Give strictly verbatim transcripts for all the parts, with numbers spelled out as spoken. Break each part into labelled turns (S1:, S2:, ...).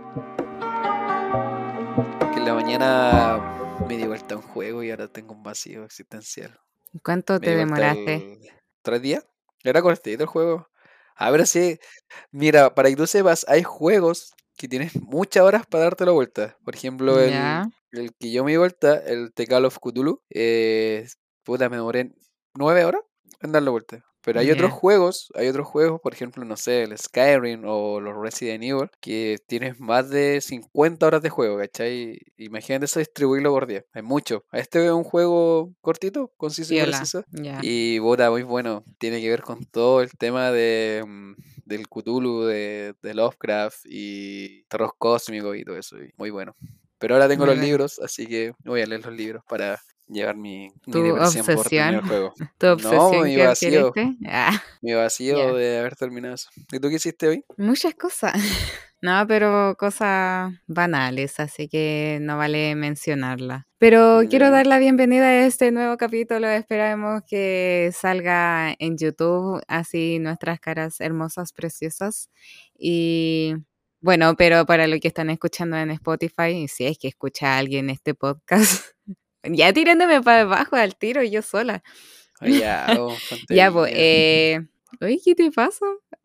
S1: Que en la mañana me di vuelta a un juego y ahora tengo un vacío existencial.
S2: ¿Cuánto
S1: Me
S2: te
S1: di vuelta
S2: demoraste?
S1: el... ¿Tres días? Era cortito el juego. A ver si... Mira, para que tú sepas, hay juegos que tienes muchas horas para darte la vuelta. Por ejemplo, el,
S2: Ya,
S1: el que yo me di vuelta, el The Call of Cthulhu, eh, puta, me demoré nueve horas en dar la vuelta. Pero hay otros
S2: ya.
S1: juegos, hay otros juegos, por ejemplo, no sé, el Skyrim o los Resident Evil, que tienes más de cincuenta horas de juego, ¿cachai? Imagínate eso distribuirlo por día. Hay mucho. Este es un juego cortito, conciso y
S2: Piola,
S1: preciso.
S2: ya.
S1: Y puta, muy bueno. Tiene que ver con todo el tema de, mm, del Cthulhu, de, de Lovecraft y terror cósmico y todo eso. Y muy bueno. Pero ahora tengo
S2: Muy
S1: los
S2: bueno.
S1: libros, así que voy a leer los libros para llevar mi, mi
S2: ¿Tu
S1: depresión por terminar
S2: obsesión?
S1: el juego.
S2: ¿Tu
S1: No,
S2: obsesión
S1: mi
S2: que
S1: vacío.
S2: adquiriste? Ah,
S1: Mi vacío
S2: ya.
S1: de haber terminado eso. ¿Y tú qué hiciste hoy?
S2: Muchas cosas. No, pero cosas banales, así que no vale mencionarlas. Pero quiero
S1: Ya.
S2: dar la bienvenida a este nuevo capítulo. Esperamos que salga en YouTube, así nuestras caras hermosas, preciosas. Y bueno, pero para lo que están escuchando en Spotify, si es que escucha a alguien este podcast, ya tirándome para abajo al tiro yo sola.
S1: Ay, ya, oh,
S2: Ya, pues,
S1: tontería.
S2: eh, oye, ¿qué te pasa?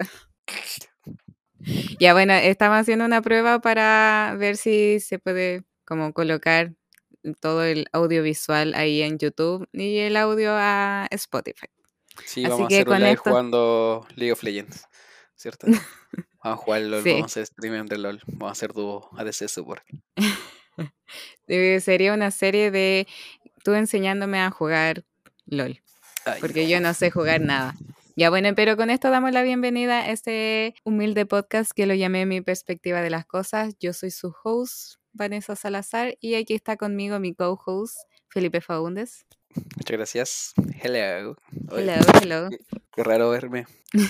S2: Ya, bueno, estamos haciendo una prueba para ver si se puede como colocar todo el audiovisual ahí en YouTube y el audio a Spotify.
S1: Sí, vamos
S2: Así
S1: a
S2: que
S1: hacer un
S2: con
S1: live
S2: esto,
S1: jugando League of Legends, ¿cierto? Vamos a jugar LOL, vamos a
S2: sí,
S1: hacer streaming de LOL, vamos a hacer dúo A D C Support.
S2: eh, sería una serie de tú enseñándome a jugar LOL,
S1: Ay,
S2: porque yo
S1: no.
S2: no sé jugar nada. Ya bueno, pero con esto damos la bienvenida a este humilde podcast que lo llamé Mi Perspectiva de las Cosas. Yo soy su host, Vanessa Salazar, y aquí está conmigo mi co-host, Felipe Faúndez.
S1: Muchas gracias. Hello. Oye,
S2: Hello, hello.
S1: qué, qué raro verme.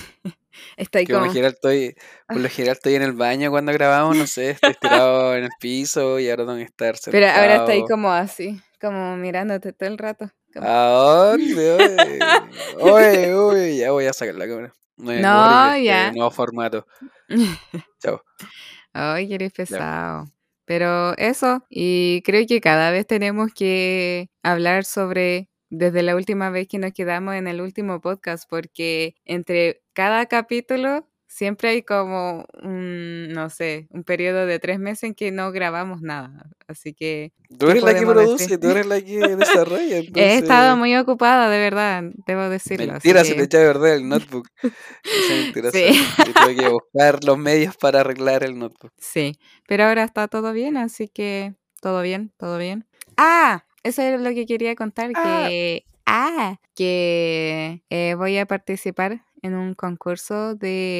S2: Estoy
S1: Que por lo
S2: como,
S1: general estoy, por lo general estoy en el baño cuando grabamos, no sé, estoy tirado en el piso y ahora tengo que estar
S2: pero ahora estoy
S1: sentado.
S2: como así, como mirándote todo el rato. Como,
S1: ¿A dónde? Oye, oye, oye, ya voy a sacar la cámara. Me aburrí de
S2: no,
S1: este
S2: ya.
S1: nuevo formato. Chao.
S2: Ay, eres
S1: Ya.
S2: pesado. Pero eso, y creo que cada vez tenemos que hablar sobre, desde la última vez que nos quedamos en el último podcast, porque entre cada capítulo siempre hay como un, no sé, un periodo de tres meses en que no grabamos nada. Así que,
S1: Tú
S2: ¿qué
S1: eres la que
S2: podemos decir?
S1: produce, tú eres la que desarrolla,
S2: He estado
S1: entonces...
S2: muy ocupada, de verdad, debo decirlo, así
S1: Mentira, se te
S2: que
S1: echa a perder el notebook. No sea
S2: sí,
S1: mentirosa. Y tuve que buscar los medios para arreglar el notebook.
S2: sí. Pero ahora está todo bien, así que todo bien, todo bien. Ah, eso es lo que quería contar,
S1: Ah,
S2: que, ah, que eh, voy a participar en un concurso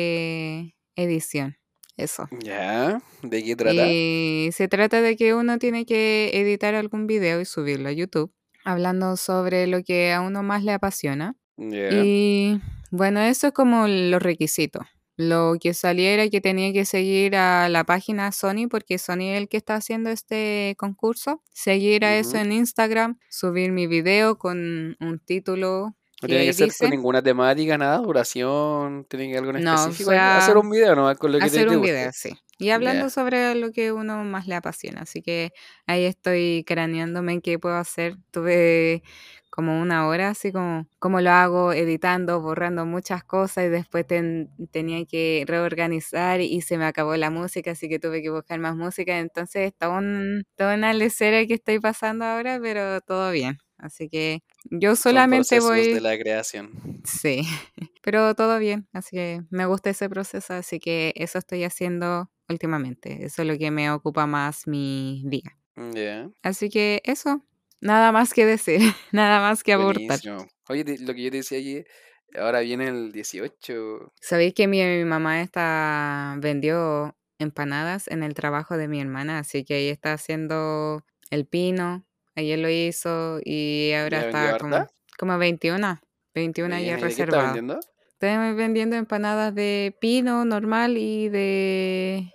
S2: de edición. Eso.
S1: ya, ¿de qué trata?
S2: Y se trata de que uno tiene que editar algún video y subirlo a YouTube, hablando sobre lo que a uno más le apasiona.
S1: Ya.
S2: Y bueno, eso es como los requisitos. Lo que saliera que tenía que seguir a la página Sony, porque Sony es el que está haciendo este concurso. Seguir a eso
S1: Ujú.
S2: en Instagram, subir mi video con un título
S1: No
S2: que
S1: tiene
S2: ahí
S1: que ser con
S2: dice.
S1: ninguna temática, nada, duración, tiene que ser algo en
S2: No, o
S1: específico ahí. Hacer
S2: sea,
S1: un video nomás con lo que te,
S2: hacer
S1: te
S2: un
S1: guste.
S2: video, sí. Y hablando
S1: Ya.
S2: sobre lo que uno más le apasiona. Así que ahí estoy craneándome en qué puedo hacer. Tuve como una hora, así como cómo lo hago, editando, borrando muchas cosas y después ten- tenía que reorganizar y se me acabó la música, así que tuve que buscar más música. Entonces, está un, toda una lecera que estoy pasando ahora, pero todo bien. Así que yo
S1: Son
S2: solamente
S1: procesos de
S2: voy,
S1: la creación.
S2: sí, pero todo bien, así que me gusta ese proceso, así que eso estoy haciendo últimamente. Eso es lo que me ocupa más mi día.
S1: Ya.
S2: Así que eso, nada más que decir, nada más que aportar.
S1: Buenísimo. Oye, te- lo que yo te decía aquí, ahora viene el dieciocho.
S2: ¿Sabéis que mi, mi mamá está vendió empanadas en el trabajo de mi hermana? Así que ella está haciendo el pino, ayer lo hizo y ahora
S1: ¿Ya vendió
S2: está como,
S1: harta?
S2: como veintiuno, veintiuno ya
S1: Bien, ¿y de qué está
S2: reservado.
S1: vendiendo?
S2: Estoy vendiendo empanadas de pino normal y de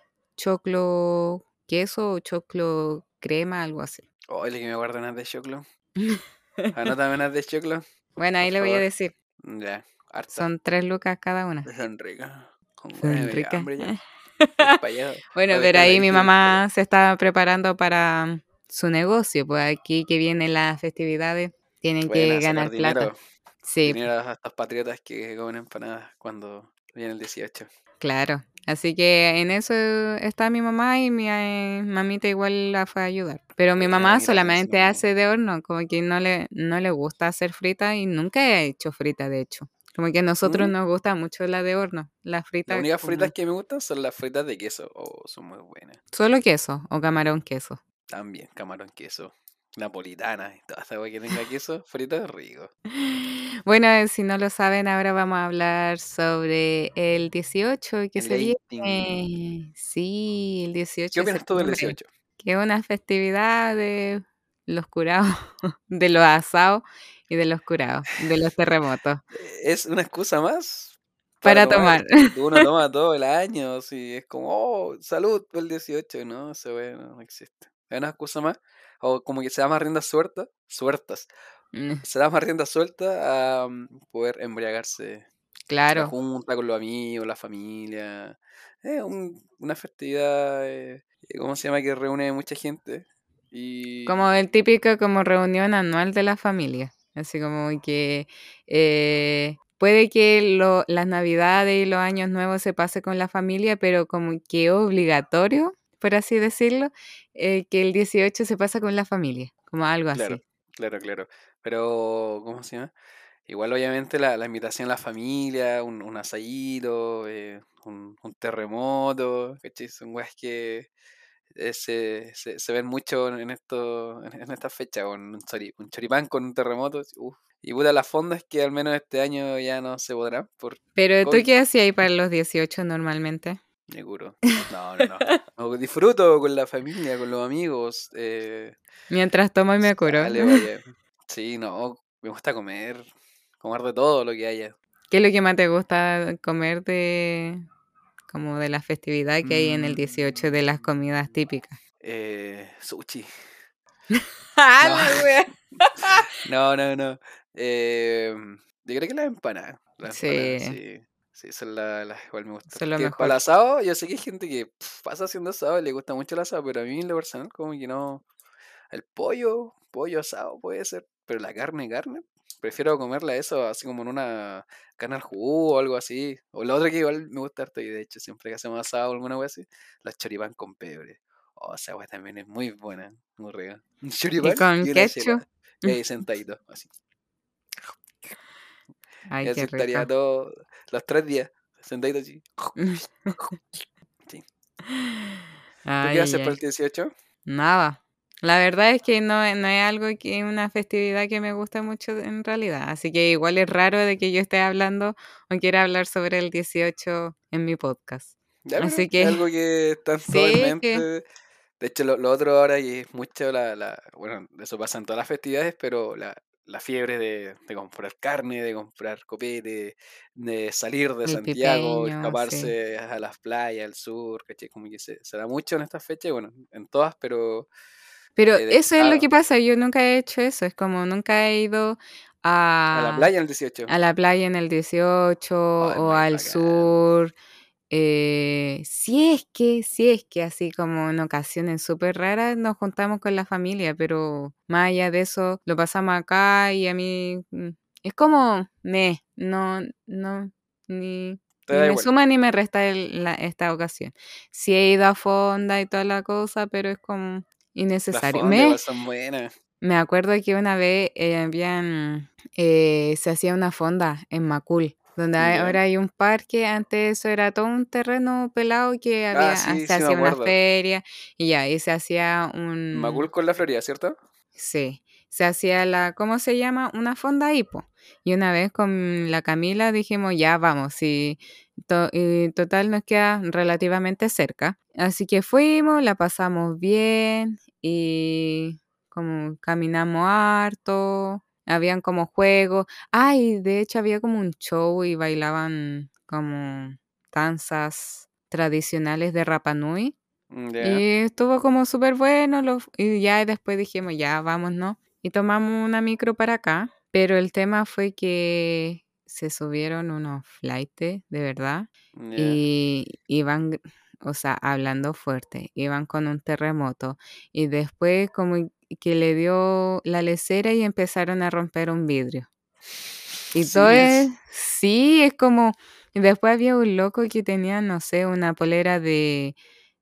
S2: choclo queso o choclo crema, algo así.
S1: Oye, que me guardan unas de choclo. Anótame unas de choclo,
S2: Bueno,
S1: por
S2: ahí le voy a
S1: favor.
S2: decir,
S1: Ya, harta.
S2: son tres lucas cada una.
S1: Son ricas. Con ganas
S2: Son
S1: me dio
S2: ricas.
S1: hambre ya. Es para allá.
S2: Bueno,
S1: Oye,
S2: pero
S1: ojalá
S2: ahí mi
S1: que
S2: mamá se está preparando para su negocio, pues aquí que vienen las festividades, tienen
S1: vayan
S2: que
S1: a sacar
S2: ganar plata.
S1: dinero.
S2: Sí,
S1: Dinero a estos patriotas que comen empanadas cuando viene el dieciocho.
S2: claro. Así que en eso está mi mamá y mi eh, mamita igual la fue a ayudar. Pero mi
S1: Buena,
S2: mamá
S1: mira eso.
S2: solamente hace de horno, como que no le, no le gusta hacer frita y nunca he hecho frita, de hecho. Como que a nosotros
S1: ¿Mm?
S2: nos gusta mucho la de horno, la
S1: Las
S2: frita
S1: únicas fritas
S2: como
S1: que me gustan son las fritas de queso. Oh, son muy buenas.
S2: solo queso o camarón queso.
S1: También, camarón queso. Napolitana y toda esa wea que tenga queso, frito es rico.
S2: Bueno, eh, si no lo saben, ahora vamos a hablar sobre el dieciocho que
S1: El
S2: se viene.
S1: dating.
S2: Sí, el
S1: ¿Qué
S2: dieciocho de
S1: opinas tú del
S2: septiembre,
S1: dieciocho?
S2: que es una festividad de los curados, de los asados y de los curados, de los terremotos,
S1: Eh, Es una excusa más para
S2: para
S1: tomar.
S2: tomar.
S1: Uno toma todo el año, así es como, oh, salud por el dieciocho, ¿no? Eso bueno, no existe. Es una excusa más. O como que se da más rienda suelta, sueltas.
S2: Mm,
S1: Se da más rienda suelta a mm, poder embriagarse la
S2: claro,
S1: junta con los amigos, la familia. Es un- una festividad, eh, eh, ¿cómo se llama? Que reúne mucha gente. Y
S2: como el típico como reunión anual de la familia, así como que eh, puede que lo- las navidades y los años nuevos se pase con la familia, pero como que es obligatorio, por así decirlo, eh, que el dieciocho se pasa con la familia, como algo
S1: claro,
S2: así.
S1: claro, claro. Pero, ¿cómo se llama? Igual obviamente la, la invitación a la familia, un, un asadito, eh, un, un terremoto, ¿cachai? Son weas que eh, se, se, se ven mucho en esto, en, en esta fecha, con un, chori- un choripán con un terremoto, uf. Y puta, la fonda es que al menos este año ya no se podrá por
S2: Pero ¿tú
S1: COVID,
S2: qué hacías ahí para los dieciocho normalmente?
S1: seguro. No, no, no. No, disfruto con la familia, con los amigos, eh,
S2: Mientras tomo y me curo.
S1: sale, vaya. Sí, no, me gusta comer, comer de todo lo que haya.
S2: ¿Qué es lo que más te gusta comer de como de la festividad que hay en el dieciocho de las
S1: Mm,
S2: comidas típicas?
S1: eh, sushi.
S2: ¡Ah,
S1: No,
S2: la wea!
S1: no, no, no. Eh, yo creo que las empanadas. Las empanadas,
S2: Sí,
S1: sí. Sí, son las las que igual me gustan.
S2: eso es lo
S1: Porque para el
S2: mejor.
S1: asado, yo sé que hay gente que pf, pasa haciendo asado y le gusta mucho el asado, pero a mí en lo personal como que no. El pollo, pollo asado puede ser, pero la carne, carne. Prefiero comerla eso así como en una carne al jugo o algo así. O la otra que igual me gusta harto y de hecho siempre que hacemos asado o alguna wea así, la choripán con pebre. Oh, esa wea también es muy buena, muy rica. Un
S2: ¿Y
S1: choripán
S2: con
S1: y una chela.
S2: ketchup?
S1: Y ahí sentadito, así. Y
S2: Ay,
S1: así
S2: qué rico.
S1: estaría todos los tres días, sentadito así. Sí. ¿Tú qué vas a
S2: Ay,
S1: hacer para el
S2: ay.
S1: dieciocho?
S2: Nada. La verdad es que no, no es algo que una festividad que me gusta mucho en realidad. Así que igual es raro de que yo esté hablando o quiera hablar sobre el dieciocho en mi podcast.
S1: Ya, pero
S2: Así
S1: es
S2: que
S1: algo que está en todo en
S2: sí,
S1: mente.
S2: que
S1: De hecho, lo, lo otro ahora y es mucho la, la, bueno, eso pasa en todas las festividades, pero la, la fiebre de, de comprar carne, de comprar copete, de salir de
S2: el
S1: Santiago,
S2: pipeño, sí.
S1: escaparse a las playas, al sur, ¿cachai? Como que se, se da mucho en estas fechas, bueno, en todas, pero
S2: Pero
S1: eh, de hecho
S2: eso es lo
S1: está
S2: que pasa, yo nunca he hecho eso, es como nunca he ido
S1: a la
S2: a
S1: playa en el dieciocho.
S2: a la playa en el dieciocho
S1: Oh, es
S2: o
S1: muy
S2: al
S1: bacán.
S2: sur, eh, si es que si es que así como en ocasiones súper raras nos juntamos con la familia, pero más allá de eso lo pasamos acá y a mí, mm, es como meh, no no, ni
S1: Te
S2: ni
S1: da
S2: me
S1: igual.
S2: suma ni me resta el la esta ocasión. Sí he ido a fonda y toda la cosa, pero es como
S1: Las
S2: innecesario.
S1: fondas
S2: Me
S1: igual son buenas.
S2: me acuerdo que una vez, eh, habían, eh, se hacía una fonda en Macul, donde hay
S1: ¿Ya?
S2: ahora hay un parque, antes eso era todo un terreno pelado que
S1: Ah,
S2: había ah,
S1: sí,
S2: se
S1: sí me
S2: hacía una
S1: acuerdo.
S2: feria y ya, y se hacía un
S1: Macul con la Florida, ¿cierto?
S2: sí, se hacía la ¿cómo se llama? Una fonda ahí, po. Y una vez con la Camila dijimos: "Ya vamos", y to y total nos queda relativamente cerca. Así que fuimos, la pasamos bien y como caminamos harto, habían como juegos. Ay, de hecho había como un show y bailaban como danzas tradicionales de Rapa Nui.
S1: Mm, ya,
S2: Y estuvo como súper bueno, lo y ya después dijimos: "Ya, vámonos", y tomamos una micro para acá, pero el tema fue que se subieron unos flightes, de verdad,
S1: ya.
S2: y iban o sea, hablando fuerte, iban con un terremoto y después como que le dio la lecera y empezaron a romper un vidrio. Y todo es,
S1: Sims.
S2: sí, es como, y después había un loco que tenía, no sé, una polera de,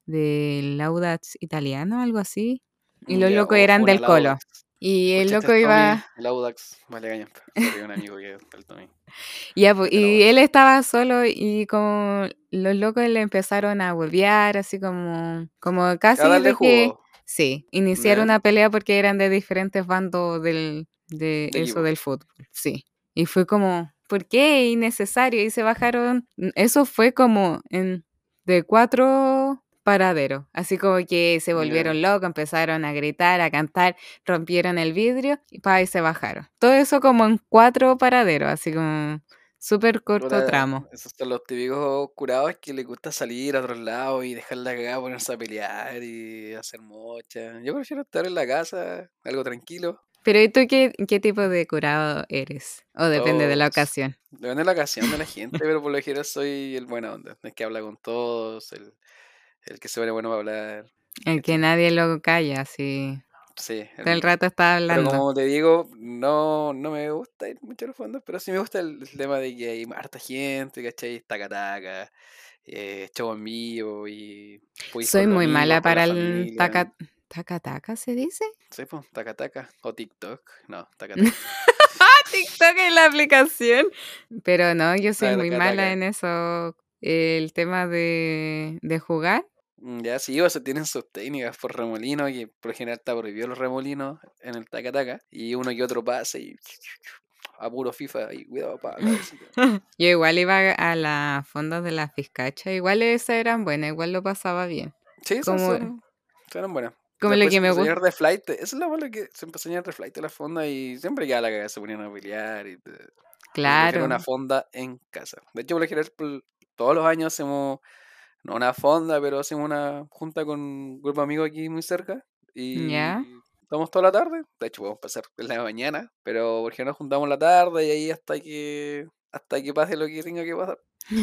S2: del Audax italiano, algo así, y
S1: Mm,
S2: los
S1: Ya,
S2: locos
S1: o
S2: eran
S1: fue
S2: del
S1: una
S2: Colo.
S1: Audax.
S2: Y el
S1: ¿Escuchaste
S2: loco
S1: el Tommy?
S2: iba,
S1: El Audax, vale callampa. Sorry, un amigo que es el Tommy.
S2: ya, pues,
S1: Es de la
S2: y él
S1: Audax.
S2: estaba solo y como los locos le empezaron a huevear, así como, como
S1: A
S2: casi
S1: darle
S2: de que,
S1: jugo.
S2: sí, iniciar
S1: ¿Ya?
S2: una pelea porque eran de diferentes bandos del, de
S1: De
S2: eso
S1: equipo.
S2: del fútbol, sí. Y fue como, ¿por qué? Innecesario. Y se bajaron, eso fue como en, de cuatro paraderos, así como que se
S1: Ya.
S2: volvieron locos, empezaron a gritar, a cantar, rompieron el vidrio y pa, y se bajaron. Todo eso como en cuatro paraderos, así como súper corto
S1: Puta,
S2: tramo.
S1: esos son los típicos curados que les gusta salir a otros lados y dejar la cagada, ponerse a pelear y hacer mocha. Yo prefiero estar en la casa, algo tranquilo.
S2: Pero ¿y tú qué, qué tipo de curado eres? O depende de la
S1: Todos.
S2: ocasión.
S1: Depende de la ocasión de la gente, pero por lo general soy el buena onda. El que habla con todos, el, el que se pone bueno para hablar.
S2: El que
S1: ¿Cachai?
S2: nadie lo calla, así
S1: Sí, el
S2: todo el
S1: mismo.
S2: rato está
S1: Pero
S2: hablando.
S1: como te digo, no, no me gusta ir mucho a los fondos, pero sí me gusta el, el tema de que hay harta gente, ¿cachai? Taca taca, eh, show en vivo y puedes
S2: Soy
S1: con los
S2: muy
S1: amigos,
S2: mala
S1: con la
S2: para el
S1: familia.
S2: taca, taca taca, ¿se dice?
S1: Sí, pues, taca taca. O TikTok. No, taca taca.
S2: TikTok en la aplicación. Pero no, yo soy muy
S1: Taca
S2: mala
S1: taca.
S2: en eso. El tema de, de jugar.
S1: Mm, Ya, sí, o sea, tienen sus técnicas por remolino, que por lo general está prohibido los remolinos en el taca taca, y uno y otro pase y a puro FIFA y cuidado para cabecita.
S2: Yo igual iba a las fondas de la Fiscacha. Igual esas eran buenas, igual lo pasaba bien.
S1: Sí, esas
S2: Como,
S1: son, son buenas.
S2: como lo
S1: Después se
S2: que me
S1: empezó a
S2: gusta.
S1: llenar de flight, eso es lo malo que se empezó a llenar de flight de la fonda y siempre quedaba la cagada, se ponían a pelear y te- entonces prefiero una
S2: Claro,
S1: fonda en casa. De hecho, por lo general, por- todos los años hacemos, no una fonda, pero hacemos una junta con un grupo de amigos aquí muy cerca
S2: ya.
S1: y estamos toda la tarde. De hecho, podemos pasar en la mañana, pero por ejemplo nos juntamos en la tarde y ahí hasta que hasta que pase lo que tenga que pasar.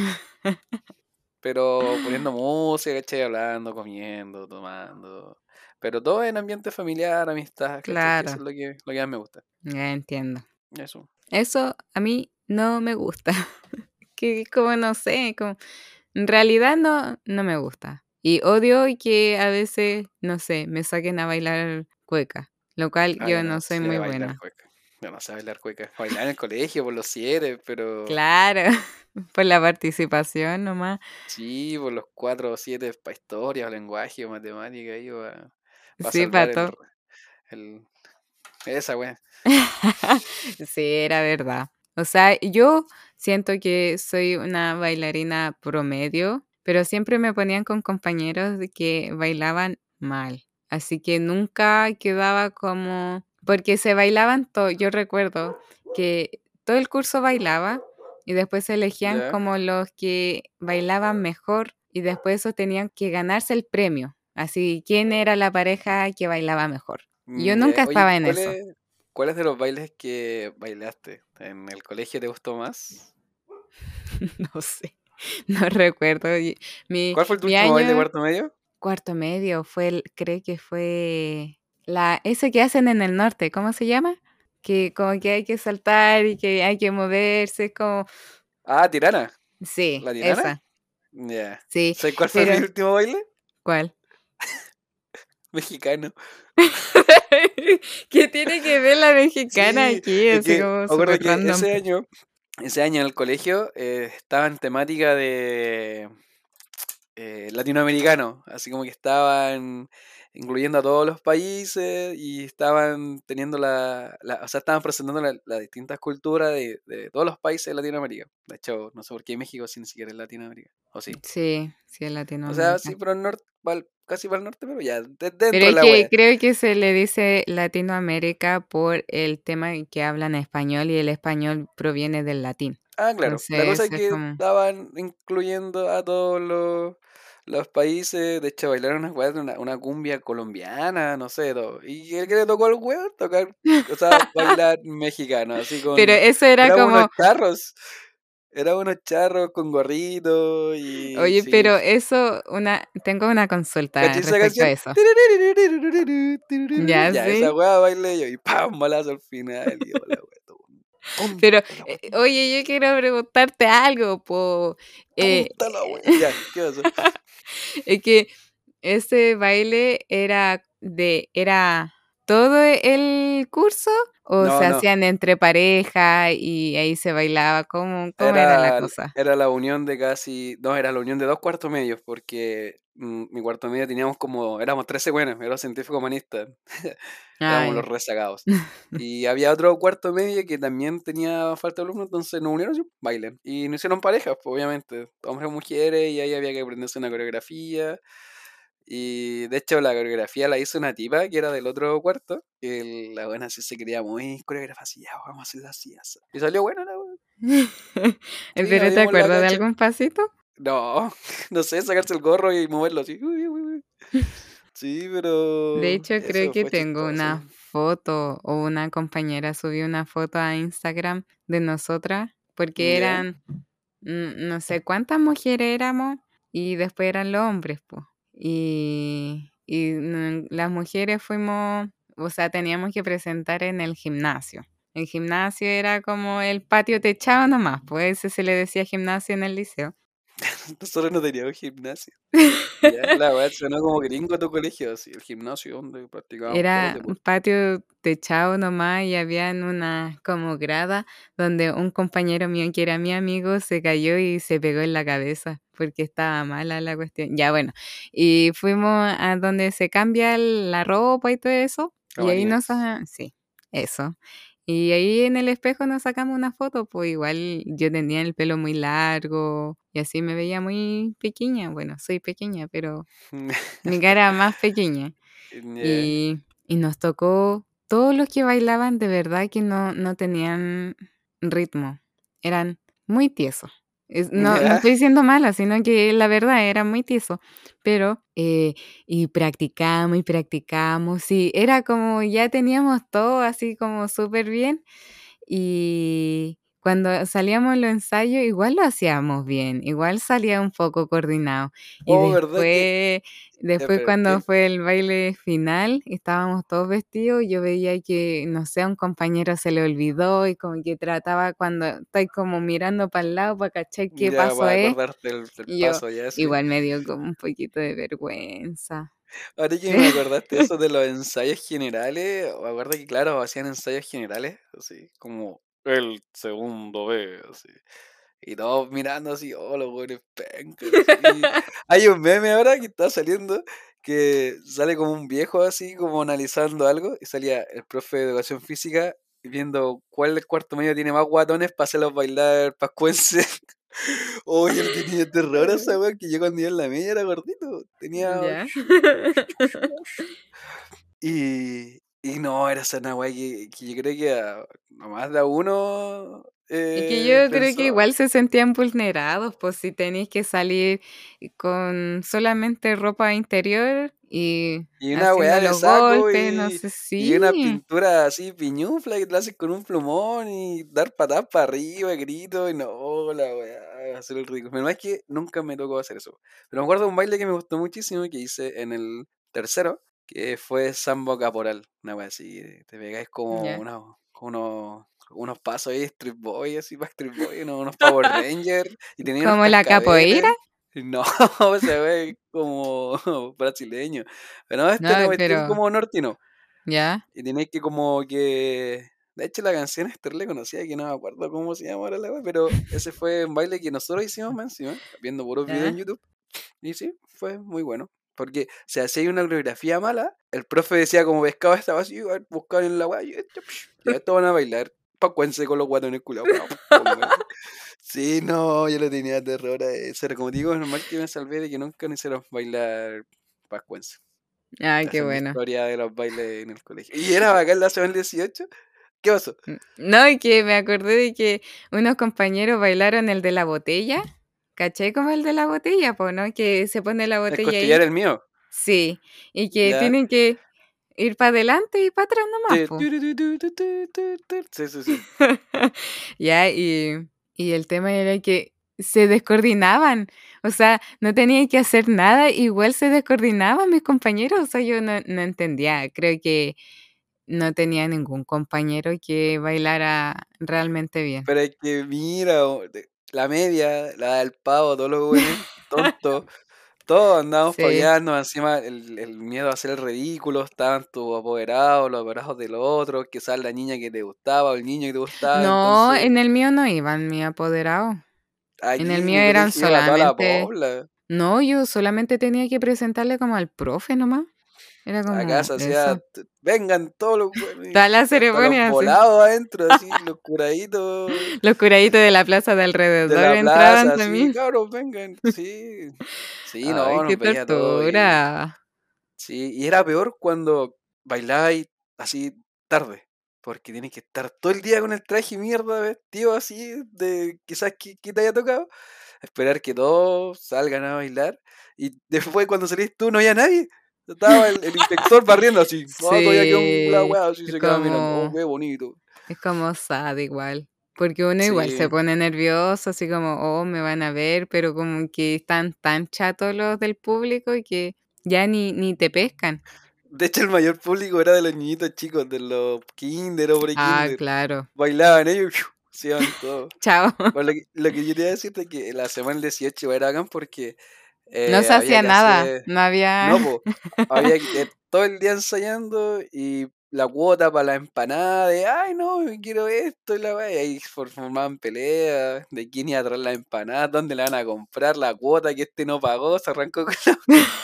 S1: Pero poniendo música, ¿cachai? Hablando, comiendo, tomando. Pero todo en ambiente familiar, amistad, ¿cachai? Que eso
S2: Claro,
S1: es lo que, lo que más me gusta.
S2: ya entiendo.
S1: Eso.
S2: Eso a mí no me gusta. Que como no sé, como en realidad no, no me gusta. Y odio que a veces, no sé, me saquen a bailar cueca, lo cual
S1: Ah,
S2: yo
S1: yo no
S2: no soy
S1: sé
S2: muy
S1: bailar
S2: buena.
S1: cueca. Yo no sé bailar cueca. Bailar en el colegio por los siete, pero
S2: Claro, por la participación nomás.
S1: sí, por los cuatro o siete para historia, o lenguaje, o matemática, ahí, para
S2: Sí,
S1: salvar el,
S2: pato.
S1: el, esa wea.
S2: Sí, era verdad. O sea, yo siento que soy una bailarina promedio, pero siempre me ponían con compañeros de que bailaban mal. Así que nunca quedaba como... Porque se bailaban todo. Yo recuerdo que todo el curso bailaba y después se elegían
S1: ¿Ya?
S2: como los que bailaban mejor y después esos tenían que ganarse el premio. Así, ¿quién era la pareja que bailaba mejor? Y yo
S1: Mm, ya.
S2: nunca
S1: Oye,
S2: estaba en
S1: ¿cuál
S2: eso.
S1: es, ¿cuáles de los bailes que bailaste en el colegio te gustó más?
S2: No sé, no recuerdo. y- Mi,
S1: ¿Cuál fue tu
S2: mi
S1: último baile de
S2: año
S1: cuarto medio?
S2: cuarto medio fue, el, creo que fue la ese que hacen en el norte, ¿cómo se llama? Que como que hay que saltar y que hay que moverse, es como,
S1: Ah, Tirana.
S2: sí,
S1: ¿La Tirana?
S2: esa,
S1: Ya.
S2: sí,
S1: ¿Sabes cuál fue mi
S2: pero
S1: último baile?
S2: ¿cuál?
S1: Mexicano.
S2: ¿Qué tiene que ver la mexicana
S1: Sí,
S2: aquí?
S1: es
S2: Así
S1: que
S2: como
S1: me acuerdo
S2: súper
S1: que
S2: random.
S1: ese año, ese año en el colegio eh, estaba en temática de eh, latinoamericano, así como que estaban incluyendo a todos los países y estaban teniendo la, la- o sea, estaban presentando la- las distintas culturas de, de todos los países de Latinoamérica. De hecho, no sé por qué México si ni siquiera es Latinoamérica, ¿o sí?
S2: Sí, sí, en
S1: O sea, sí,
S2: Latinoamérica.
S1: pero el norte, casi para el norte, pero ya, de-
S2: Pero
S1: dentro de
S2: es
S1: la
S2: que
S1: wea.
S2: creo que se le dice Latinoamérica por el tema en que hablan español y el español proviene del latín.
S1: Ah, claro. La cosa
S2: Entonces
S1: es
S2: es
S1: que
S2: como,
S1: estaban incluyendo a todos los, los países. De hecho, bailaron unas weas de una, una cumbia colombiana, no sé, todo. Y el que le tocó al weón, tocar, o sea, bailar mexicano, así
S2: pero
S1: con.
S2: eso era
S1: Éramos unos
S2: como,
S1: charros. Era unos charros con gorritos y
S2: Oye,
S1: sí.
S2: pero eso, una, tengo una consulta
S1: ¿Cachai esa
S2: respecto a
S1: canción?
S2: eso. Ya
S1: Ya, esa
S2: sé.
S1: weá bailé yo y ¡pam! Balazo al final y hola, weá, todo.
S2: Pero,
S1: Tonta la
S2: eh,
S1: weá,
S2: oye, yo quiero preguntarte algo, po. Eh,
S1: tonta la weá. Ya, ¿qué pasó?
S2: es que ese baile era de, ¿era todo el curso o
S1: No,
S2: se
S1: no.
S2: hacían entre pareja y ahí se bailaba? ¿Cómo, cómo era la
S1: Era,
S2: cosa?
S1: era la unión de casi. No, era la unión de dos cuartos medios, porque mm, mi cuarto medio teníamos como. Éramos trece buenos, éramos científicos humanistas. Éramos los
S2: Ay,
S1: rezagados. Y había otro cuarto medio que también tenía falta de alumnos, entonces nos unieron, sí, bailen. Y nos hicieron parejas, pues, obviamente. Hombres y mujeres, y ahí había que aprenderse una coreografía. Y de hecho, la coreografía la hizo una tipa que era del otro cuarto. Que la buena sí se quería muy coreógrafa, así, ya, vamos a hacerla así, así. Y salió buena la buena. Sí, nos
S2: ¿pero te
S1: dimos la
S2: acuerdas de
S1: cacha.
S2: algún pasito?
S1: No, no sé, sacarse el gorro y moverlo así. Uy, uy, uy. Sí,
S2: De
S1: pero
S2: hecho, creo
S1: eso
S2: que
S1: fue
S2: tengo
S1: chistoso.
S2: una foto o una compañera subió una foto a Instagram de nosotras porque
S1: ¿Ya?
S2: eran mm, no sé cuántas mujeres éramos y después eran los hombres, pues. Y, y mm, las mujeres fuimos, o sea, teníamos que presentar en el gimnasio. El gimnasio era como el patio techado nomás, pues ese se le decía gimnasio en el liceo.
S1: Nosotros no teníamos gimnasio. Ya, la verdad sonó como gringo tu colegio, así, el gimnasio donde practicábamos todos los
S2: Era un
S1: deportes.
S2: patio techado nomás y habían una como grada donde un compañero mío que era mi amigo se cayó y se pegó en la cabeza porque estaba mala la cuestión. Ya bueno, y fuimos a donde se cambia el- la ropa y todo eso y ahí nos,
S1: Camarines.
S2: sa- sí, eso. Y ahí en el espejo nos sacamos una foto, pues igual yo tenía el pelo muy largo y así me veía muy pequeña. Bueno, soy pequeña, pero mi cara más pequeña.
S1: Ya.
S2: Y y nos tocó todos los que bailaban de verdad que no no tenían ritmo, eran muy tiesos. Es no no
S1: Ya.
S2: estoy siendo mala, sino que la verdad era muy tieso, pero, eh, y practicamos, y practicamos, sí, era como ya teníamos todo así como súper bien y cuando salíamos en los ensayos igual lo hacíamos bien, igual salía un poco coordinado. Y
S1: Oh, ¿verdad que?
S2: después
S1: Ya,
S2: después
S1: pero,
S2: cuando
S1: ¿qué?
S2: fue el baile final, estábamos todos vestidos, yo veía que, no sé, a un compañero se le olvidó y como que trataba cuando estoy como mirando para el lado para cachar qué
S1: Ya,
S2: paso
S1: para
S2: es,
S1: acordarte del, del
S2: y yo
S1: paso, ya, sí.
S2: igual me dio como un poquito de vergüenza.
S1: Ahora que me acordaste eso de los ensayos generales, me acuerdo que, claro, hacían ensayos generales, así, como el segundo B, así. Y todos mirando así, oh, los buenos pencas. Y hay un meme ahora que está saliendo que sale como un viejo así, como analizando algo, y salía el profe de educación física viendo cuál del cuarto medio tiene más guatones para hacerlos bailar pascuense. Oye, él tenía terror a esa weá, que yo cuando iba en la media era gordito. Tenía.
S2: Ya.
S1: Y, y no, era esa una weá que, que yo creo que a, a más de a uno
S2: Es que
S1: eh,
S2: yo creo que
S1: pensó.
S2: igual se sentían vulnerados, pues si tenéis que salir con solamente ropa interior y
S1: Y una weá
S2: haciendo
S1: de
S2: los
S1: saco
S2: golpes, no
S1: y,
S2: sé
S1: y una
S2: si.
S1: pintura así piñufla que te la haces con un plumón y dar patadas para arriba, grito y no, la weá, hacer el rico. Pero es que nunca me tocó hacer eso. Pero me acuerdo de un baile que me gustó muchísimo que hice en el tercero, que fue Sambo Caporal. Una weá así, te pegáis como
S2: Ya.
S1: unos, unos, unos pasos ahí, Street Boy, así para Street Boy, unos, unos Power Rangers, y tenía unos
S2: Como la capoeira.
S1: cascabeles. No, se ve como brasileño. Pero no, este es una
S2: No,
S1: cuestión
S2: pero
S1: como nortino.
S2: ya.
S1: Y tenéis que como que. De hecho, la canción Esther le conocía, que no me acuerdo cómo se llama ahora la wea, pero ese fue un baile que nosotros hicimos más encima, viendo puros videos en
S2: Ya.
S1: YouTube. Y sí, fue muy bueno. Porque si hacía una coreografía mala, el profe decía como pescado estaba así, buscaban en la wea, y esto, psh, ya esto van a bailar. Pacuense con los guatones culiados. pa, pum, así. Sí, no, yo le tenía terror a eso. Era como digo, es normal que me salvé de que nunca me hicieron bailar pascuense.
S2: Ay, qué
S1: Esa es mi
S2: bueno.
S1: historia de los bailes en el colegio. ¿Y era bacán la semana del dieciocho? ¿Qué pasó?
S2: Mm, no, y que me acordé de que unos compañeros bailaron el de la botella. ¿Caché como el de la botella, po, no? Que se pone la
S1: El
S2: botella
S1: costillar
S2: ahí.
S1: el mío.
S2: Sí, y que
S1: Ya.
S2: tienen que ir para adelante y para atrás nomás,
S1: Te-
S2: po.
S1: tu, tu, tu, tu, tu, tu, tu. Sí, sí, sí.
S2: Ya, y Y el tema era que se descoordinaban. O sea, no tenía que hacer nada, igual se descoordinaban mis compañeros. O sea, yo no, no entendía. Creo que no tenía ningún compañero que bailara realmente bien.
S1: Pero es que mira, o- de- la media, la del pavo, todos los jóvenes tontos, todos andábamos para
S2: Sí.
S1: allá, no, encima el, el miedo a hacer el ridículo, estaban tus apoderados, los apoderados del otro, quizás la niña que te gustaba o el niño que te gustaba,
S2: No,
S1: entonces
S2: en el mío no iban mi apoderado. En el
S1: aquí en
S2: mío
S1: mi
S2: eran
S1: colegio iba toda la
S2: solamente.
S1: pobla.
S2: No, yo solamente tenía que presentarle como al profe nomás. Era
S1: Acá
S2: como
S1: se hacía,
S2: eso.
S1: t- vengan todos los buenos,
S2: Toda la
S1: y hasta los
S2: ceremonia, así.
S1: volados adentro, así, los curaditos
S2: Los curaditos de la plaza de
S1: de
S2: alrededor
S1: la
S2: entraban
S1: plaza, así,
S2: también.
S1: cabros, vengan, sí, sí,
S2: Ay,
S1: no,
S2: qué
S1: nos veía todo y,
S2: tortura.
S1: sí, y era peor cuando bailáis así tarde, porque tienes que estar todo el día con el traje mierda vestido así, de quizás que, que te haya tocado, esperar que todos salgan a bailar, y después cuando salís tú no había nadie. Estaba el, el inspector barriendo así. No, todavía quedó un- la
S2: Sí,
S1: weá así
S2: es
S1: se queda mirando. Oh,
S2: como,
S1: qué bonito.
S2: es como sad igual. Porque uno igual se
S1: Sí.
S2: pone nervioso, así como, oh, me van a ver, pero como que están tan chatos los del público que ya ni, ni te pescan.
S1: De hecho, el mayor público era de los niñitos chicos, de los kinder o
S2: Ah,
S1: pre-kinder.
S2: claro.
S1: Bailaban ellos, ¡fiu! Se iban todos.
S2: Chao.
S1: Bueno, lo que, lo que yo te iba a decirte es que la semana del dieciocho igual era bacán porque
S2: No
S1: eh,
S2: se
S1: había
S2: hacía
S1: que
S2: nada,
S1: hacer.
S2: no había.
S1: No, pues, había que eh, todo el día ensayando y la cuota para la empanada de, ay, no, yo quiero esto y la weá. Y ahí for- formaban peleas de quién iba a traer la empanada, dónde la van a comprar, la cuota que este no pagó, se arrancó con la.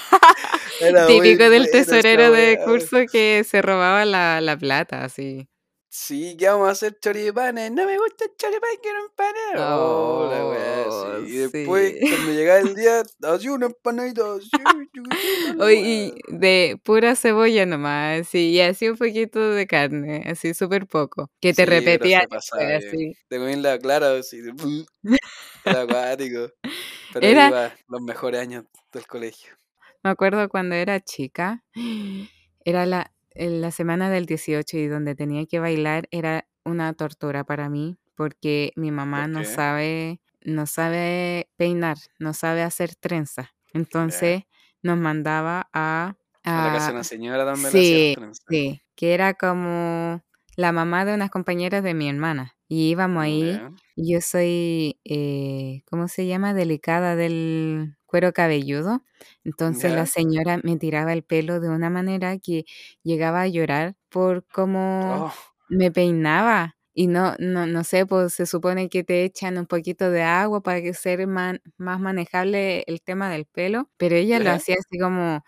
S1: Era muy
S2: Típico del
S1: buena esa
S2: tesorero de
S1: weá.
S2: curso que se robaba la, la plata, así.
S1: Sí, ¿qué vamos a hacer choripanes? No me gusta el choripán, quiero empanada. Oh, la weá, sí.
S2: Oh,
S1: Y después,
S2: sí.
S1: cuando llegaba el día, así una empanadita, así, chiquitita la
S2: Oye,
S1: weá.
S2: y de pura cebolla nomás, sí, y así un poquito de carne, así súper poco, que te
S1: Sí, pero
S2: repetían
S1: se pasaba
S2: después,
S1: bien.
S2: así.
S1: Te comí la clara, así, de era acuático. Pero ahí
S2: Era,
S1: va, los mejores años del colegio.
S2: me acuerdo cuando era chica, era la, en la semana del dieciocho y donde tenía que bailar era una tortura para mí, porque mi mamá
S1: ¿Por
S2: no
S1: qué?
S2: sabe, no sabe peinar, no sabe hacer trenza.
S1: Ya.
S2: Entonces nos mandaba a,
S1: A la casa
S2: a
S1: de una señora donde le hacía las
S2: sí,
S1: trenzas.
S2: sí, que era como la mamá de unas compañeras de mi hermana. Y íbamos ahí,
S1: Ya.
S2: y yo soy, eh, ¿cómo se llama? Delicada del cuero cabelludo. Entonces la
S1: Ya.
S2: señora me tiraba el pelo de una manera que llegaba a llorar por cómo
S1: Oh,
S2: me peinaba. Y no, no, no sé, pues se supone que te echan un poquito de agua para que sea man- más manejable el tema del pelo, pero ella lo
S1: ya.
S2: hacía así como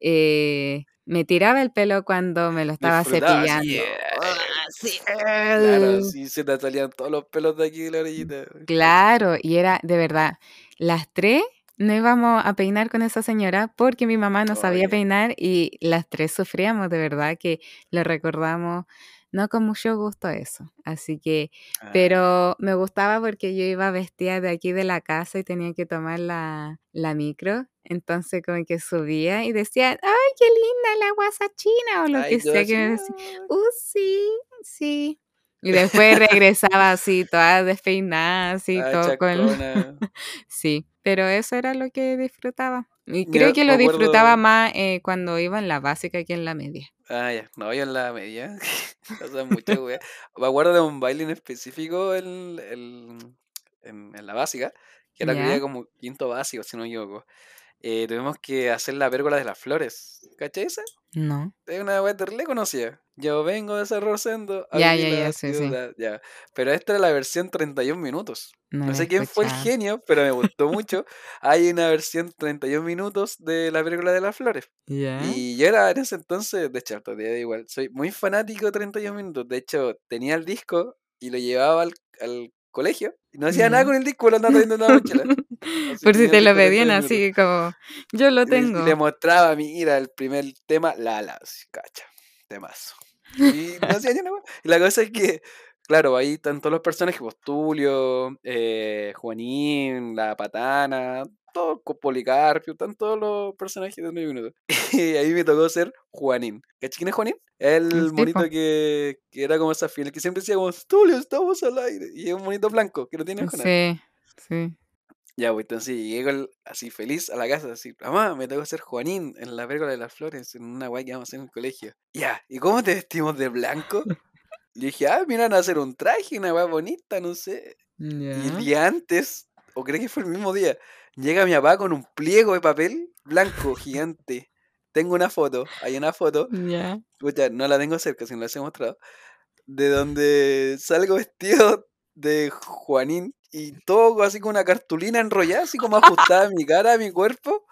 S2: eh, me tiraba el pelo cuando me lo estaba
S1: Disfrutaba así.
S2: cepillando. ¡Ah!
S1: eh,
S2: Sí,
S1: Claro,
S2: ¡ah!
S1: sí, se te salían todos los pelos de aquí de la orillita.
S2: Claro, y era de verdad, las tres no íbamos a peinar con esa señora porque mi mamá no sabía
S1: Oye.
S2: peinar y las tres sufríamos, de verdad que lo recordamos, no con mucho gusto eso. Así que,
S1: Ah, ya.
S2: pero me gustaba porque yo iba vestida de aquí de la casa y tenía que tomar la, la micro, entonces como que subía y decía, ¡ay, qué linda la guasachina! O lo
S1: Ay,
S2: que
S1: yo
S2: sea que
S1: así.
S2: me decía,
S1: ah,
S2: ¡uh, sí, sí! Y después regresaba así, toda despeinada, así,
S1: Ah,
S2: todo con
S1: chacona.
S2: sí, pero eso era lo que disfrutaba. Y creo
S1: Yo
S2: que
S1: me
S2: lo disfrutaba
S1: acuerdo.
S2: más, eh, cuando iba en la básica que en la media.
S1: Ah, ya. No, yo en la media. O sea, muchas weas. Me acuerdo de un baile en específico en, el- en, en la básica, que era creo
S2: ¿Ya?
S1: que como quinto básico, si no me equivoco. Eh, tuvimos que hacer la pérgola de las flores. ¿Cachai esa?
S2: No.
S1: Es una wea terrible conocida. Yo vengo de Cerro Rosendo a
S2: Ya,
S1: vivir
S2: ya,
S1: la
S2: ya, sí, sí.
S1: ciudad. Ya. Pero esta era la versión treinta y un minutos.
S2: No
S1: No
S2: la he
S1: sé quién fue el
S2: escuchado.
S1: genio, pero me gustó mucho. Hay una versión treinta y un minutos de la película de las flores.
S2: ¿Ya?
S1: Y yo era en ese entonces, de hecho, todavía da igual. Soy muy fanático de treinta y un minutos. De hecho, tenía el disco y lo llevaba al, al colegio. Y no hacía nada
S2: ¿Ya?
S1: con el disco, lo andaba trayendo en una mochila. Así
S2: Por si
S1: tenía el
S2: te lo
S1: disco
S2: pedían
S1: treinta y un minutos.
S2: así como, yo lo
S1: Y le, y le
S2: tengo.
S1: mostraba, mira, el primer tema, Lala, así, cacha, temazo. Y no hacía ni una wea. Y la cosa es que, claro, ahí están todos los personajes, pues Tulio, eh, Juanín, la Patana, todo, con Policarpio, están todos los personajes de nueve minutos. Y ahí me tocó ser Juanín. ¿Cachai quién es Juanín? El
S2: Sí,
S1: monito
S2: po.
S1: que, que era como esa fiel, que siempre decía como, Tulio, estamos al aire. Y es un monito blanco, que no tiene ojos nada.
S2: Sí, sí.
S1: Ya, pues entonces llegué con- así feliz a la casa, así, mamá, me tengo que hacer Juanín en la pérgola de las flores, en una guay que vamos a hacer en el colegio. Ya, ¿y cómo te vestimos de blanco? Le dije, ah, mira, van a hacer un traje, una guay bonita, no sé. Y el
S2: Ya,
S1: día antes, o creo que fue el mismo día, llega mi papá con un pliego de papel blanco, gigante. Tengo una foto, hay una foto,
S2: ya,
S1: pucha, no la tengo cerca, si no la he mostrado, de donde salgo vestido de Juanín y todo así con una cartulina enrollada, así como ajustada a mi cara, a mi cuerpo,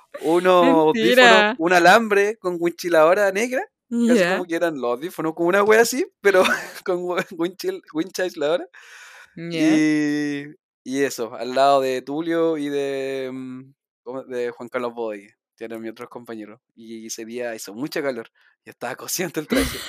S1: unos audífonos,
S2: mentira.
S1: un alambre con winchiladora negra, casi como
S2: Ya,
S1: que eran los audífonos, como una wea así, pero con winchil, winch aisladora.
S2: ya.
S1: Y, y eso, al lado de Tulio y de, mm, ¿cómo? De Juan Carlos Bodi, que eran mis otros compañeros. Y ese día hizo mucha calor y estaba cosiendo el traje.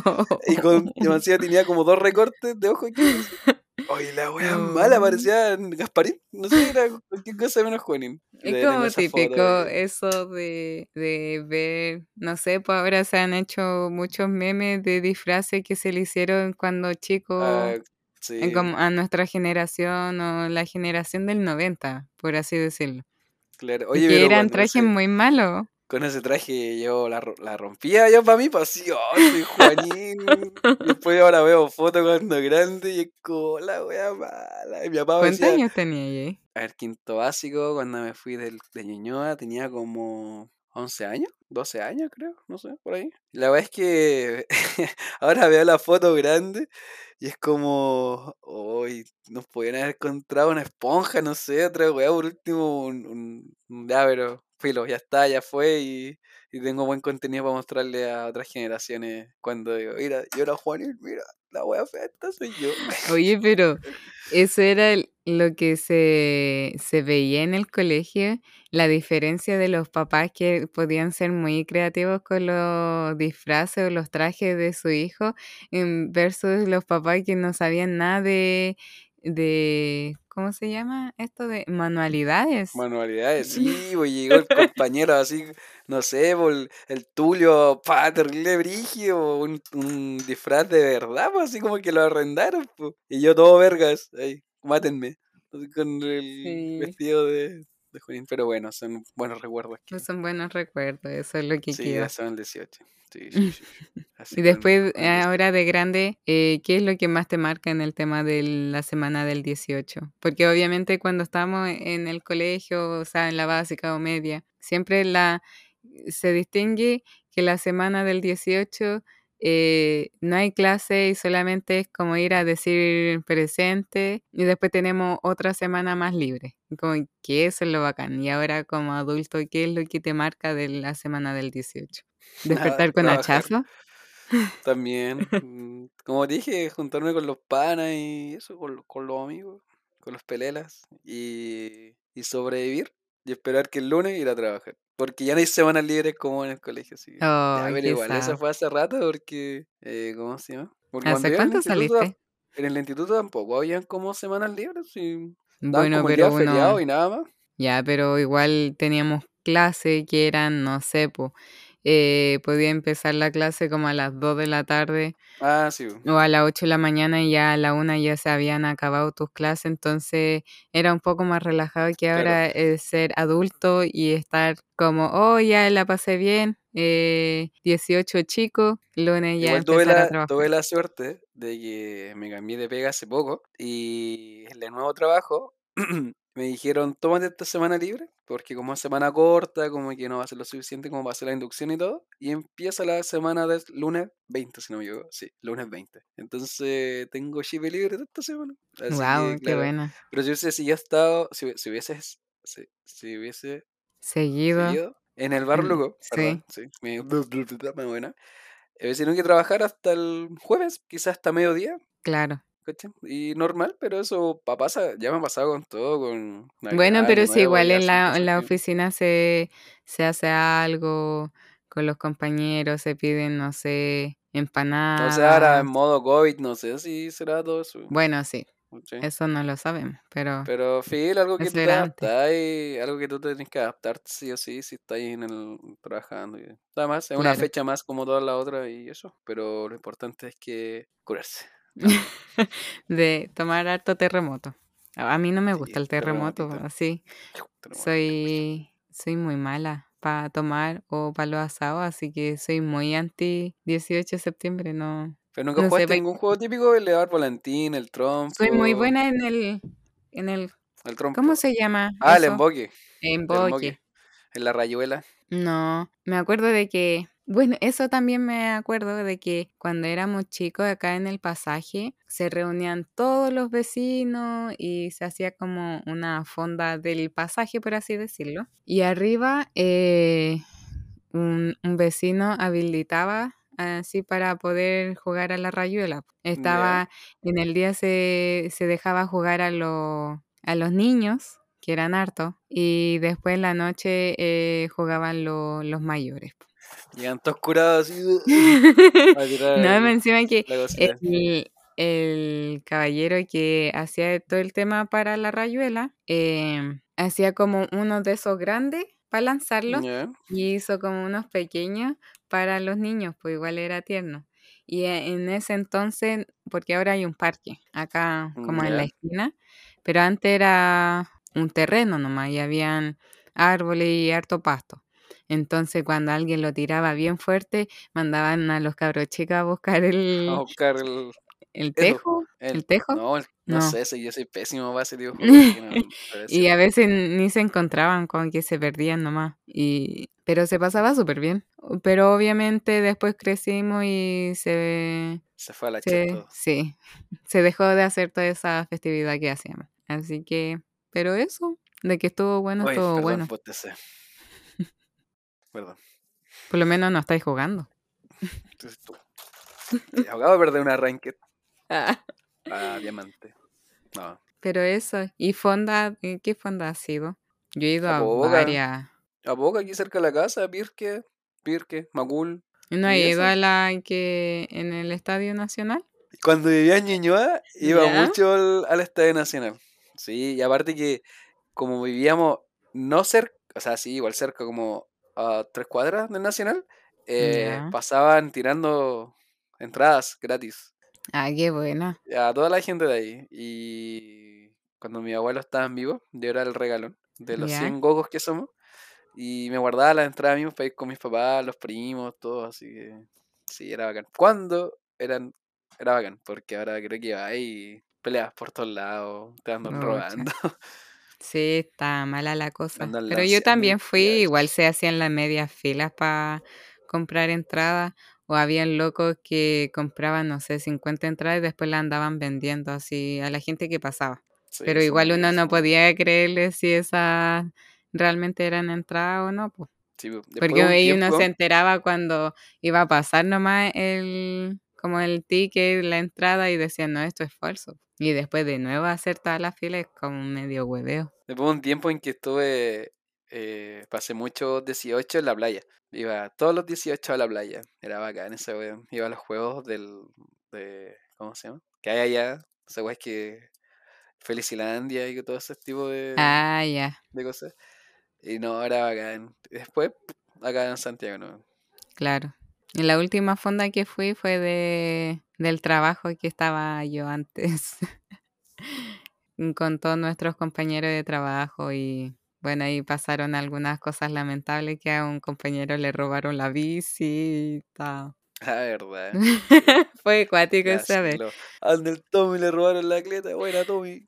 S1: Y con demasiado tenía como dos recortes de ojo aquí, así. Oye, la wea mala,
S2: Oh.
S1: parecía Gasparín. No sé, era cualquier cosa menos Juanín. Y
S2: Es
S1: todavía tengo
S2: como
S1: esa foto
S2: típico
S1: de.
S2: eso de, de ver, no sé, pues ahora se han hecho muchos memes de disfraces que se le hicieron cuando chico,
S1: Ah,
S2: en
S1: sí,
S2: como a nuestra generación o la generación del noventa, por así decirlo.
S1: claro.
S2: Y
S1: Oye,
S2: que
S1: pero
S2: eran
S1: cuando
S2: trajes
S1: ese,
S2: muy malos.
S1: con ese traje yo la, ro- la rompía yo para mí, pues así, oh, soy Juanín. Después ahora veo fotos cuando grande y es como la wea mala. Y mi papá me
S2: ¿Cuántos
S1: decía,
S2: años tenía ahí?
S1: a ver, quinto básico, cuando me fui del, de Ñuñoa tenía como once años, doce años creo, no sé, por ahí. La verdad es que ahora veo la foto grande y es como, hoy nos podían haber encontrado una esponja, no sé, otra weá, por último, un, un, un- ya, pero filo, ya está, ya fue y, y tengo buen contenido para mostrarle a otras generaciones cuando digo, mira, yo era Juanil, mira, la wea fea esta soy yo.
S2: Oye, pero eso era el- lo que se, se veía en el colegio, la diferencia de los papás que podían ser muy creativos con los disfraces o los trajes de su hijo, em, versus los papás que no sabían nada de, de, ¿cómo se llama esto? De manualidades.
S1: Manualidades, sí, pues llegó el compañero así, no sé, por el, el Tulio, pa, terrible brigio, un, un disfraz de verdad, pues así como que lo arrendaron, pues. Y yo todo vergas, ahí, mátenme, así con el
S2: Sí.
S1: vestido de, de Junín, pero bueno, son buenos recuerdos
S2: No
S1: que,
S2: son buenos recuerdos, eso es lo que
S1: sí,
S2: queda.
S1: eso en el dieciocho, sí, sí, sí, sí, así
S2: Y
S1: con,
S2: después,
S1: con
S2: eh,
S1: el dieciocho.
S2: ahora de grande, eh, ¿qué es lo que más te marca en el tema de la semana del dieciocho? Porque obviamente cuando estamos en el colegio, o sea, en la básica o media, siempre la se distingue que la semana del dieciocho eh, no hay clase y solamente es como ir a decir presente y después tenemos otra semana más libre. Como que eso es lo bacán. Y ahora como adulto, ¿qué es lo que te marca de la semana del dieciocho?
S1: Nada,
S2: ¿Despertar con
S1: trabajar.
S2: hachazo?
S1: También, mm, como dije, juntarme con los panas y eso, con, los- con los amigos, con los pelelas y, y sobrevivir y esperar que el lunes ir a trabajar. Porque ya no hay semanas libres como en el colegio, así que ya,
S2: Ay,
S1: pero
S2: qué
S1: igual, eso
S2: sad.
S1: fue hace rato porque, eh, ¿cómo se llama? Porque cuando
S2: ¿Hace
S1: yo en el
S2: cuánto
S1: instituto,
S2: saliste?
S1: en el instituto tampoco habían como semanas libres y daban
S2: Bueno,
S1: como el
S2: pero
S1: día feriado
S2: uno,
S1: y nada más.
S2: ya, pero igual teníamos clase que eran, no sé, po, eh, podía empezar la clase como a las dos de la tarde
S1: Ah, sí,
S2: o a las ocho de la mañana y ya a la una ya se habían acabado tus clases, entonces era un poco más relajado que
S1: claro.
S2: ahora eh, ser adulto y estar como, oh, ya la pasé bien, eh, dieciocho chicos, lunes ya
S1: Igual tuve
S2: empezar a
S1: la,
S2: trabajar.
S1: tuve la suerte de que me cambié de pega hace poco y en el nuevo trabajo me dijeron, tómate esta semana libre, porque como es semana corta, como que no va a ser lo suficiente como para hacer la inducción y todo, y empieza la semana del lunes veinte si no me equivoco, sí, lunes veinte. Entonces tengo chip libre toda esta semana, así que
S2: Wow, qué
S1: claro,
S2: bueno.
S1: pero si hubiese, si yo estado, si, hubie- si hubiese, si, si hubiese
S2: Seguido,
S1: seguido en el Bar
S2: en-
S1: Lugo,
S2: sí,
S1: perdón, sí, me, me buena. Eh, si no hay que trabajar hasta el jueves, quizás hasta mediodía,
S2: claro.
S1: ¿cachai? Y normal, pero eso pa- pasa, ya me ha pasado con todo, con
S2: Bueno,
S1: Navidad,
S2: pero
S1: Año
S2: si
S1: Nuevo,
S2: igual
S1: ya
S2: en
S1: son
S2: la, en
S1: cosas
S2: la
S1: que...
S2: oficina se, se hace algo con los compañeros, se piden, no sé,
S1: O sea, ahora en
S2: empanadas.
S1: modo COVID, no sé si será todo eso.
S2: Bueno, sí,
S1: Sí.
S2: eso no lo sabemos, pero
S1: Pero, Phil, algo que
S2: eso
S1: tú te
S2: era antes.
S1: adaptas y algo que tú tenés que adaptarte sí o sí, si estás ahí en el trabajando. Y, además, es una
S2: Claro.
S1: fecha más como todas las otras y eso. Pero lo importante es que curarse. Nada más.
S2: De tomar harto terremoto. A a mí no me
S1: Sí,
S2: gusta el terremoto,
S1: terremotito.
S2: así.
S1: Terremotito.
S2: Soy, soy muy mala para tomar o para los asados, así que soy muy anti dieciocho de septiembre, no,
S1: Pero nunca
S2: no sé,
S1: jugaste
S2: pe-
S1: ningún juego típico, el Levar Volantín, el
S2: soy muy
S1: trompo,
S2: buena en el, en el,
S1: el
S2: ¿cómo
S1: trompo.
S2: se llama
S1: Ah, el
S2: eso?
S1: emboque, el
S2: Emboque.
S1: emboque, en la rayuela.
S2: No, me acuerdo de que, bueno, eso también me acuerdo de que cuando éramos chicos acá en el pasaje se reunían todos los vecinos y se hacía como una fonda del pasaje, por así decirlo. Y arriba eh, un, un vecino habilitaba así para poder jugar a la rayuela.
S1: Ya.
S2: Estaba, en el día se, se dejaba jugar a, lo- a los niños, que eran hartos, y después en la noche eh, jugaban lo- los mayores.
S1: Llegan todos curados así a
S2: No, me
S1: tirar
S2: encima que
S1: la cosita.
S2: el, el caballero que hacía todo el tema para la rayuela, em, hacía como uno de esos grandes para lanzarlos
S1: Ya.
S2: y hizo como unos pequeños para los niños, pues igual era tierno. Y e- en ese entonces, porque ahora hay un parque acá como en la
S1: Ya.
S2: esquina, pero antes era un terreno nomás y habían árboles y harto pasto. Entonces, cuando alguien lo tiraba bien fuerte, mandaban a los cabros chicos a buscar
S1: A
S2: el,
S1: buscar el.
S2: el
S1: Eso.
S2: tejo.
S1: El.
S2: ¿El tejo?
S1: No, el- no
S2: No.
S1: sé, si yo soy pésimo para ese tipo de juego, así que no, no puedo
S2: Y a
S1: decirte.
S2: veces ni se encontraban, con que se perdían nomás. Y, pero se pasaba súper bien. Pero obviamente después crecimos y se,
S1: Se fue a la chat
S2: se,
S1: todo.
S2: sí, se dejó de hacer toda esa festividad que hacíamos. Así que, pero eso, de que estuvo bueno,
S1: Uy,
S2: estuvo
S1: perdón,
S2: bueno.
S1: bostecé. Perdón.
S2: Por lo menos no estáis jugando.
S1: Entonces tú. Te acabo de perder una ranked
S2: Ah.
S1: a diamante. No.
S2: Pero eso, ¿y fonda? ¿En qué fonda has ido? Yo he ido
S1: A
S2: a
S1: Boca.
S2: varias.
S1: A Boca, aquí cerca de la casa, Pirque. Pirque, Macul.
S2: ¿No
S1: Y
S2: he ido
S1: eso.
S2: a la que en el Estadio Nacional?
S1: Cuando vivía en Ñuñoa, iba
S2: Ya.
S1: mucho al, al Estadio Nacional. Sí, y aparte que como vivíamos no cerca, o sea, sí, igual cerca, como a tres cuadras del Nacional, eh,
S2: Ya.
S1: pasaban tirando entradas gratis
S2: Ah, qué buena.
S1: a toda la gente de ahí. Y cuando mis abuelos estaban vivos, yo era el regalón de los
S2: Ya.
S1: cien gogos que somos. Y me guardaba las entradas mismos para ir con mis papás, los primos, todos, así que sí, era bacán. ¿Cuándo eran? Era bacán, porque ahora creo que hay peleas por todos lados, te andan
S2: Mucha.
S1: robando,
S2: Sí, está mala la cosa.
S1: andan
S2: Pero yo
S1: lanceando
S2: también fui, igual
S1: identidades.
S2: se hacían las medias filas para comprar entradas. O habían locos que compraban, no sé, cincuenta entradas y después las andaban vendiendo así a la gente que pasaba.
S1: Sí,
S2: Pero
S1: son
S2: igual
S1: muy,
S2: uno no
S1: son muy buenos.
S2: podía creerle si esas realmente eran entradas o no, pues.
S1: Sí, pu- después
S2: Porque
S1: de un
S2: ahí uno se
S1: tiempo,
S2: enteraba cuando iba a pasar nomás el, como el ticket, la entrada y decían, no, esto es falso. Y después de nuevo hacer toda la fila es como medio hueveo.
S1: después de un tiempo en que estuve, eh, pasé muchos dieciocho en la playa. Iba todos los dieciocho a la playa. Era bacán ese weón. Iba a los juegos del, de, ¿cómo se llama? Que hay allá. Ese weón es que Felicilandia y todo ese tipo de,
S2: Ah, ya,
S1: de cosas. Y no, era bacán. Después, acá en Santiago, ¿no?
S2: claro. Y la última fonda que fui fue de, del trabajo que estaba yo antes con todos nuestros compañeros de trabajo y bueno, ahí pasaron algunas cosas lamentables que a un compañero le robaron la bici y tal.
S1: Ah, verdad. Sí,
S2: Fue acuático esa vez.
S1: clásico. Al del Tommy le robaron la cleta. Buena, Tommy.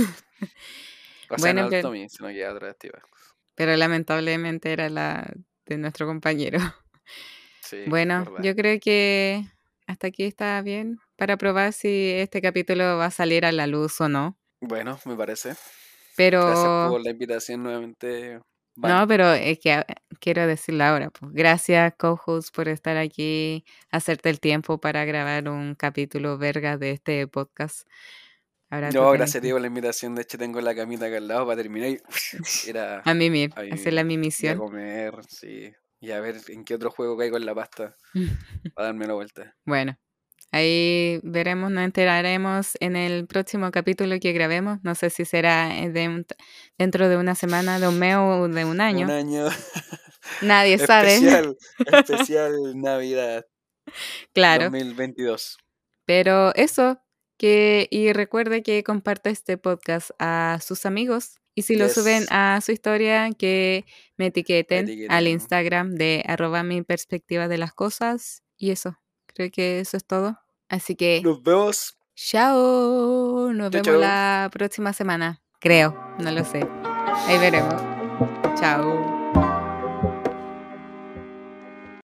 S1: O sea, no
S2: Bueno,
S1: al
S2: pero,
S1: Tommy, sino que a otra activa.
S2: pero lamentablemente era la de nuestro compañero.
S1: Sí,
S2: Bueno,
S1: verdad.
S2: yo creo que hasta aquí está bien para probar si este capítulo va a salir a la luz o no.
S1: Bueno, me parece. Gracias
S2: Pero,
S1: por la invitación nuevamente,
S2: no,
S1: Vane.
S2: pero es que ah, quiero decirlo ahora, pues. Gracias, co-host, por estar aquí, hacerte el tiempo para grabar un capítulo verga de este podcast. Ahora tú
S1: No,
S2: tenés
S1: gracias a ti
S2: que
S1: por la invitación. De hecho, tengo la camita acá al lado para terminar y ir a,
S2: a mimir,
S1: a
S2: hacer
S1: vivir
S2: la
S1: y a
S2: mimisión.
S1: comer. Sí. Y a ver en qué otro juego caigo en la pasta para darme la vuelta.
S2: Bueno, ahí veremos, nos enteraremos en el próximo capítulo que grabemos. No sé si será eh, de un- dentro de una semana, de un mes o de un año.
S1: Un año
S2: Nadie sabe.
S1: especial, especial Navidad
S2: Claro.
S1: dos mil veintidós.
S2: Pero eso, que y recuerde que comparta este podcast a sus amigos. Y si lo suben
S1: Yes.
S2: a su historia, que me etiqueten al
S1: Etiqueten.
S2: Instagram de arroba mi perspectiva de las cosas. Y eso, creo que eso es todo. Así que,
S1: Nos vemos.
S2: chao, nos
S1: Chao,
S2: vemos
S1: chao.
S2: la próxima semana. Creo, no lo sé. Ahí veremos. Chao.